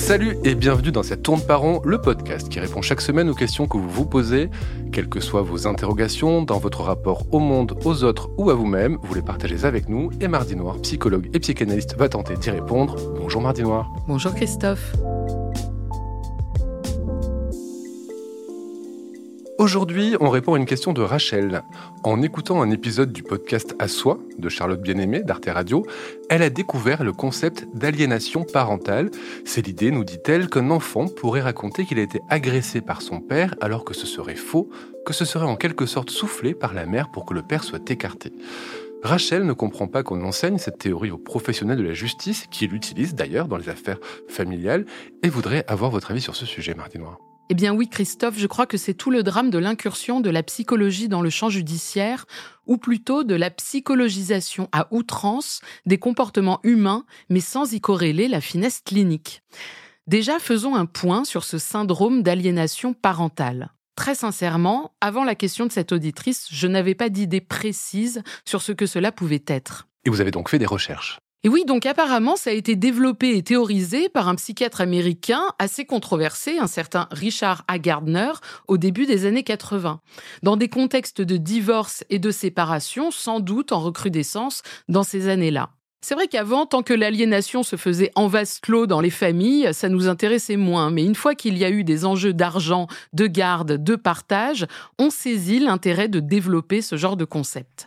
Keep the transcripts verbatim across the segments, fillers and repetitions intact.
Salut et bienvenue dans cette Tourne par rond, le podcast qui répond chaque semaine aux questions que vous vous posez. Quelles que soient vos interrogations, dans votre rapport au monde, aux autres ou à vous-même, vous les partagez avec nous. Et Mardi Noir, psychologue et psychanalyste, va tenter d'y répondre. Bonjour Mardi Noir. Bonjour Christophe. Aujourd'hui, on répond à une question de Rachel. En écoutant un épisode du podcast À Soi de Charlotte Bien-Aimée d'Arte Radio, elle a découvert le concept d'aliénation parentale. C'est l'idée, nous dit-elle, qu'un enfant pourrait raconter qu'il a été agressé par son père alors que ce serait faux, que ce serait en quelque sorte soufflé par la mère pour que le père soit écarté. Rachel ne comprend pas qu'on enseigne cette théorie aux professionnels de la justice, qui l'utilisent d'ailleurs dans les affaires familiales, et voudrait avoir votre avis sur ce sujet, Mardi Noir. Eh bien oui, Christophe, je crois que c'est tout le drame de l'incursion de la psychologie dans le champ judiciaire, ou plutôt de la psychologisation à outrance des comportements humains, mais sans y corréler la finesse clinique. Déjà, faisons un point sur ce syndrome d'aliénation parentale. Très sincèrement, avant la question de cette auditrice, je n'avais pas d'idée précise sur ce que cela pouvait être. Et vous avez donc fait des recherches ? Et oui, donc apparemment, ça a été développé et théorisé par un psychiatre américain assez controversé, un certain Richard A. Gardner, au début des années quatre-vingts. Dans des contextes de divorce et de séparation, sans doute en recrudescence dans ces années-là. C'est vrai qu'avant, tant que l'aliénation se faisait en vase clos dans les familles, ça nous intéressait moins. Mais une fois qu'il y a eu des enjeux d'argent, de garde, de partage, on saisit l'intérêt de développer ce genre de concept.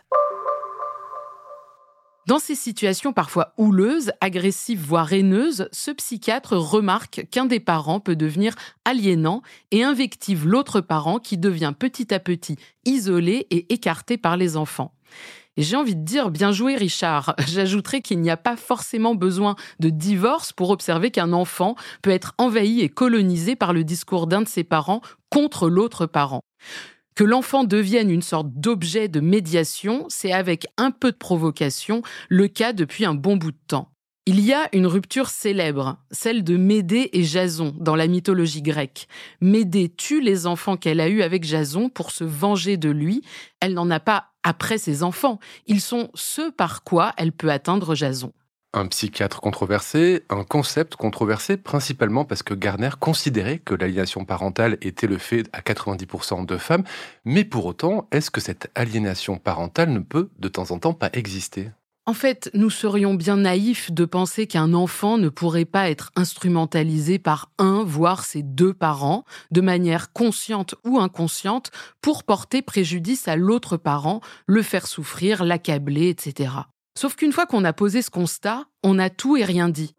Dans ces situations parfois houleuses, agressives voire haineuses, ce psychiatre remarque qu'un des parents peut devenir aliénant et invective l'autre parent qui devient petit à petit isolé et écarté par les enfants. Et j'ai envie de dire, bien joué Richard. J'ajouterai qu'il n'y a pas forcément besoin de divorce pour observer qu'un enfant peut être envahi et colonisé par le discours d'un de ses parents contre l'autre parent. Que l'enfant devienne une sorte d'objet de médiation, c'est avec un peu de provocation le cas depuis un bon bout de temps. Il y a une rupture célèbre, celle de Médée et Jason dans la mythologie grecque. Médée tue les enfants qu'elle a eus avec Jason pour se venger de lui. Elle n'en a pas après ses enfants. Ils sont ce par quoi elle peut atteindre Jason. Un psychiatre controversé, un concept controversé principalement parce que Gardner considérait que l'aliénation parentale était le fait à quatre-vingt-dix pour cent de femmes, mais pour autant, est-ce que cette aliénation parentale ne peut de temps en temps pas exister ? En fait, nous serions bien naïfs de penser qu'un enfant ne pourrait pas être instrumentalisé par un, voire ses deux parents, de manière consciente ou inconsciente, pour porter préjudice à l'autre parent, le faire souffrir, l'accabler, et cetera. Sauf qu'une fois qu'on a posé ce constat, on a tout et rien dit.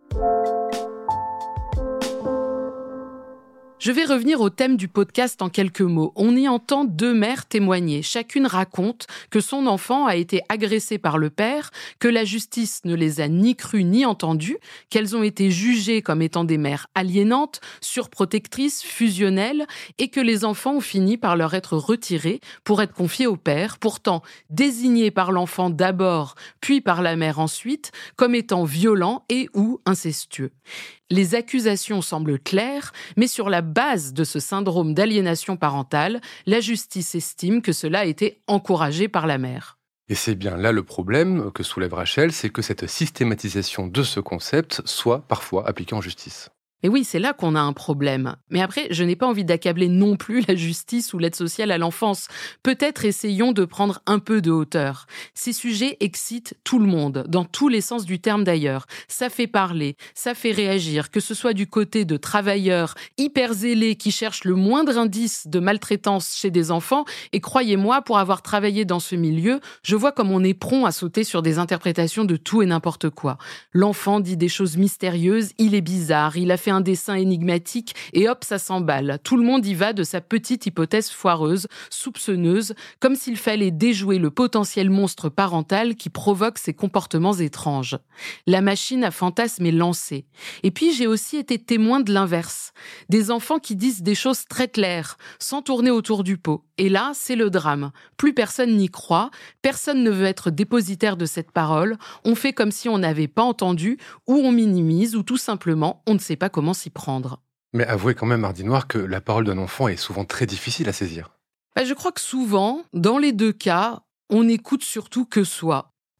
Je vais revenir au thème du podcast en quelques mots. On y entend deux mères témoigner. Chacune raconte que son enfant a été agressé par le père, que la justice ne les a ni crues ni entendues, qu'elles ont été jugées comme étant des mères aliénantes, surprotectrices, fusionnelles, et que les enfants ont fini par leur être retirés pour être confiés au père, pourtant désignés par l'enfant d'abord, puis par la mère ensuite, comme étant violents et ou incestueux. Les accusations semblent claires, mais sur la base de ce syndrome d'aliénation parentale, la justice estime que cela a été encouragé par la mère. Et c'est bien là le problème que soulève Rachel, c'est que cette systématisation de ce concept soit parfois appliquée en justice. Et oui, c'est là qu'on a un problème. Mais après, je n'ai pas envie d'accabler non plus la justice ou l'aide sociale à l'enfance. Peut-être essayons de prendre un peu de hauteur. Ces sujets excitent tout le monde, dans tous les sens du terme d'ailleurs. Ça fait parler, ça fait réagir, que ce soit du côté de travailleurs hyper zélés qui cherchent le moindre indice de maltraitance chez des enfants. Et croyez-moi, pour avoir travaillé dans ce milieu, je vois comme on est prompt à sauter sur des interprétations de tout et n'importe quoi. L'enfant dit des choses mystérieuses, il est bizarre, il a fait un dessin énigmatique et hop, ça s'emballe. Tout le monde y va de sa petite hypothèse foireuse, soupçonneuse, comme s'il fallait déjouer le potentiel monstre parental qui provoque ces comportements étranges. La machine à fantasmes est lancée. Et puis j'ai aussi été témoin de l'inverse. Des enfants qui disent des choses très claires, sans tourner autour du pot. Et là, c'est le drame. Plus personne n'y croit, personne ne veut être dépositaire de cette parole, on fait comme si on n'avait pas entendu, ou on minimise, ou tout simplement, on ne sait pas comment s'y prendre. Mais avouez quand même, Mardi Noir, que la parole d'un enfant est souvent très difficile à saisir. Bah, je crois que souvent, dans les deux cas, on n'écoute surtout que soi.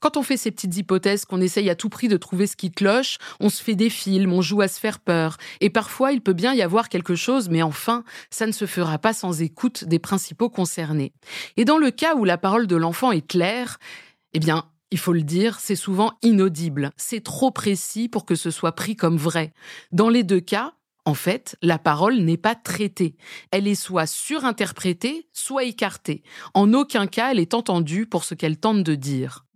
Quand on fait ces petites hypothèses, qu'on essaye à tout prix de trouver ce qui cloche, on se fait des films, on joue à se faire peur. Et parfois, il peut bien y avoir quelque chose, mais enfin, ça ne se fera pas sans écoute des principaux concernés. Et dans le cas où la parole de l'enfant est claire, eh bien, il faut le dire, c'est souvent inaudible. C'est trop précis pour que ce soit pris comme vrai. Dans les deux cas, en fait, la parole n'est pas traitée. Elle est soit surinterprétée, soit écartée. En aucun cas, elle est entendue pour ce qu'elle tente de dire.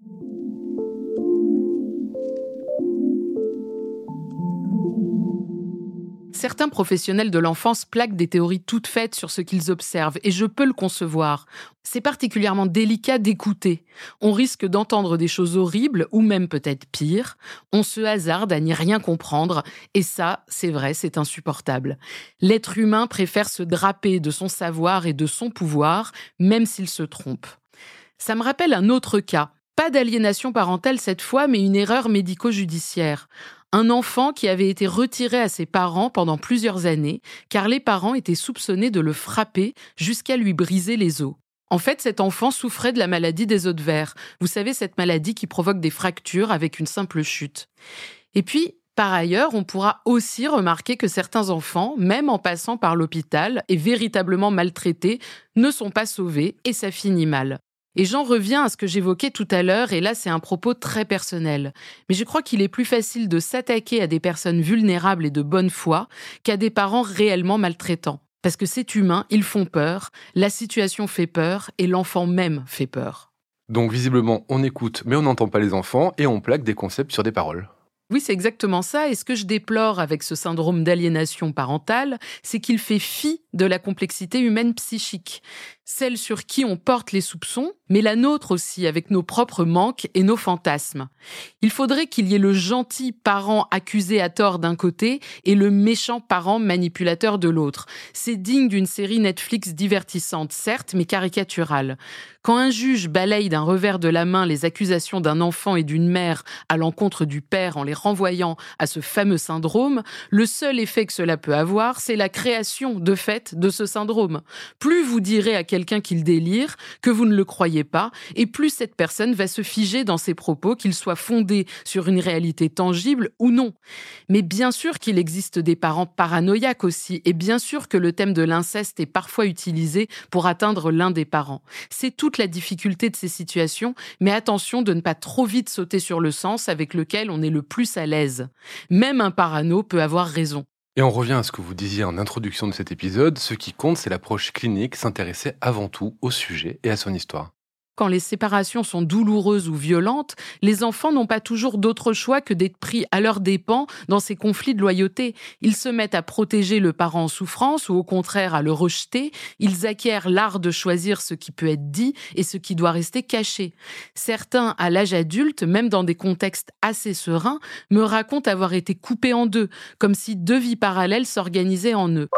Certains professionnels de l'enfance plaquent des théories toutes faites sur ce qu'ils observent, et je peux le concevoir. C'est particulièrement délicat d'écouter. On risque d'entendre des choses horribles, ou même peut-être pire. On se hasarde à n'y rien comprendre, et ça, c'est vrai, c'est insupportable. L'être humain préfère se draper de son savoir et de son pouvoir, même s'il se trompe. Ça me rappelle un autre cas. Pas d'aliénation parentale cette fois, mais une erreur médico-judiciaire. Un enfant qui avait été retiré à ses parents pendant plusieurs années, car les parents étaient soupçonnés de le frapper jusqu'à lui briser les os. En fait, cet enfant souffrait de la maladie des os de verre. Vous savez, cette maladie qui provoque des fractures avec une simple chute. Et puis, par ailleurs, on pourra aussi remarquer que certains enfants, même en passant par l'hôpital et véritablement maltraités, ne sont pas sauvés et ça finit mal. Et j'en reviens à ce que j'évoquais tout à l'heure, et là c'est un propos très personnel. Mais je crois qu'il est plus facile de s'attaquer à des personnes vulnérables et de bonne foi qu'à des parents réellement maltraitants. Parce que c'est humain, ils font peur, la situation fait peur, et l'enfant même fait peur. Donc visiblement, on écoute, mais on n'entend pas les enfants, et on plaque des concepts sur des paroles. Oui, c'est exactement ça. Et ce que je déplore avec ce syndrome d'aliénation parentale, c'est qu'il fait fi de la complexité humaine psychique. Celle sur qui on porte les soupçons, mais la nôtre aussi, avec nos propres manques et nos fantasmes. Il faudrait qu'il y ait le gentil parent accusé à tort d'un côté et le méchant parent manipulateur de l'autre. C'est digne d'une série Netflix divertissante, certes, mais caricaturale. Quand un juge balaye d'un revers de la main les accusations d'un enfant et d'une mère à l'encontre du père en les renvoyant à ce fameux syndrome, le seul effet que cela peut avoir, c'est la création, de fait, de ce syndrome. Plus vous direz à quelqu'un qu'il délire, que vous ne le croyez pas, et plus cette personne va se figer dans ses propos, qu'ils soient fondés sur une réalité tangible ou non. Mais bien sûr qu'il existe des parents paranoïaques aussi, et bien sûr que le thème de l'inceste est parfois utilisé pour atteindre l'un des parents. C'est toute la difficulté de ces situations, mais attention de ne pas trop vite sauter sur le sens avec lequel on est le plus à l'aise. Même un parano peut avoir raison. Et on revient à ce que vous disiez en introduction de cet épisode, ce qui compte, c'est l'approche clinique, s'intéresser avant tout au sujet et à son histoire. Quand les séparations sont douloureuses ou violentes, les enfants n'ont pas toujours d'autre choix que d'être pris à leurs dépens dans ces conflits de loyauté. Ils se mettent à protéger le parent en souffrance ou au contraire à le rejeter. Ils acquièrent l'art de choisir ce qui peut être dit et ce qui doit rester caché. Certains, à l'âge adulte, même dans des contextes assez sereins, me racontent avoir été coupés en deux, comme si deux vies parallèles s'organisaient en eux.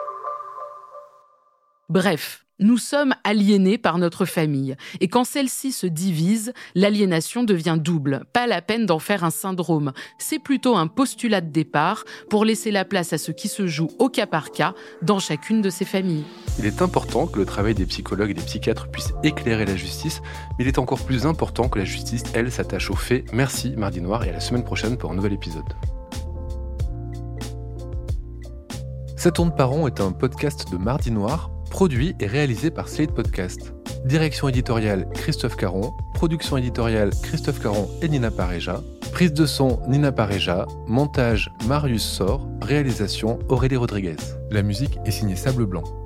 Bref. Nous sommes aliénés par notre famille. Et quand celle-ci se divise, l'aliénation devient double. Pas la peine d'en faire un syndrome. C'est plutôt un postulat de départ pour laisser la place à ce qui se joue au cas par cas dans chacune de ces familles. Il est important que le travail des psychologues et des psychiatres puisse éclairer la justice, mais il est encore plus important que la justice, elle, s'attache aux faits. Merci Mardi Noir et à la semaine prochaine pour un nouvel épisode. Ça tourne par rond est un podcast de Mardi Noir, produit et réalisé par Slate Podcast. Direction éditoriale Christophe Caron, production éditoriale Christophe Caron et Nina Pareja, prise de son Nina Pareja, montage Marius Sor, réalisation Aurélie Rodriguez. La musique est signée Sable Blanc.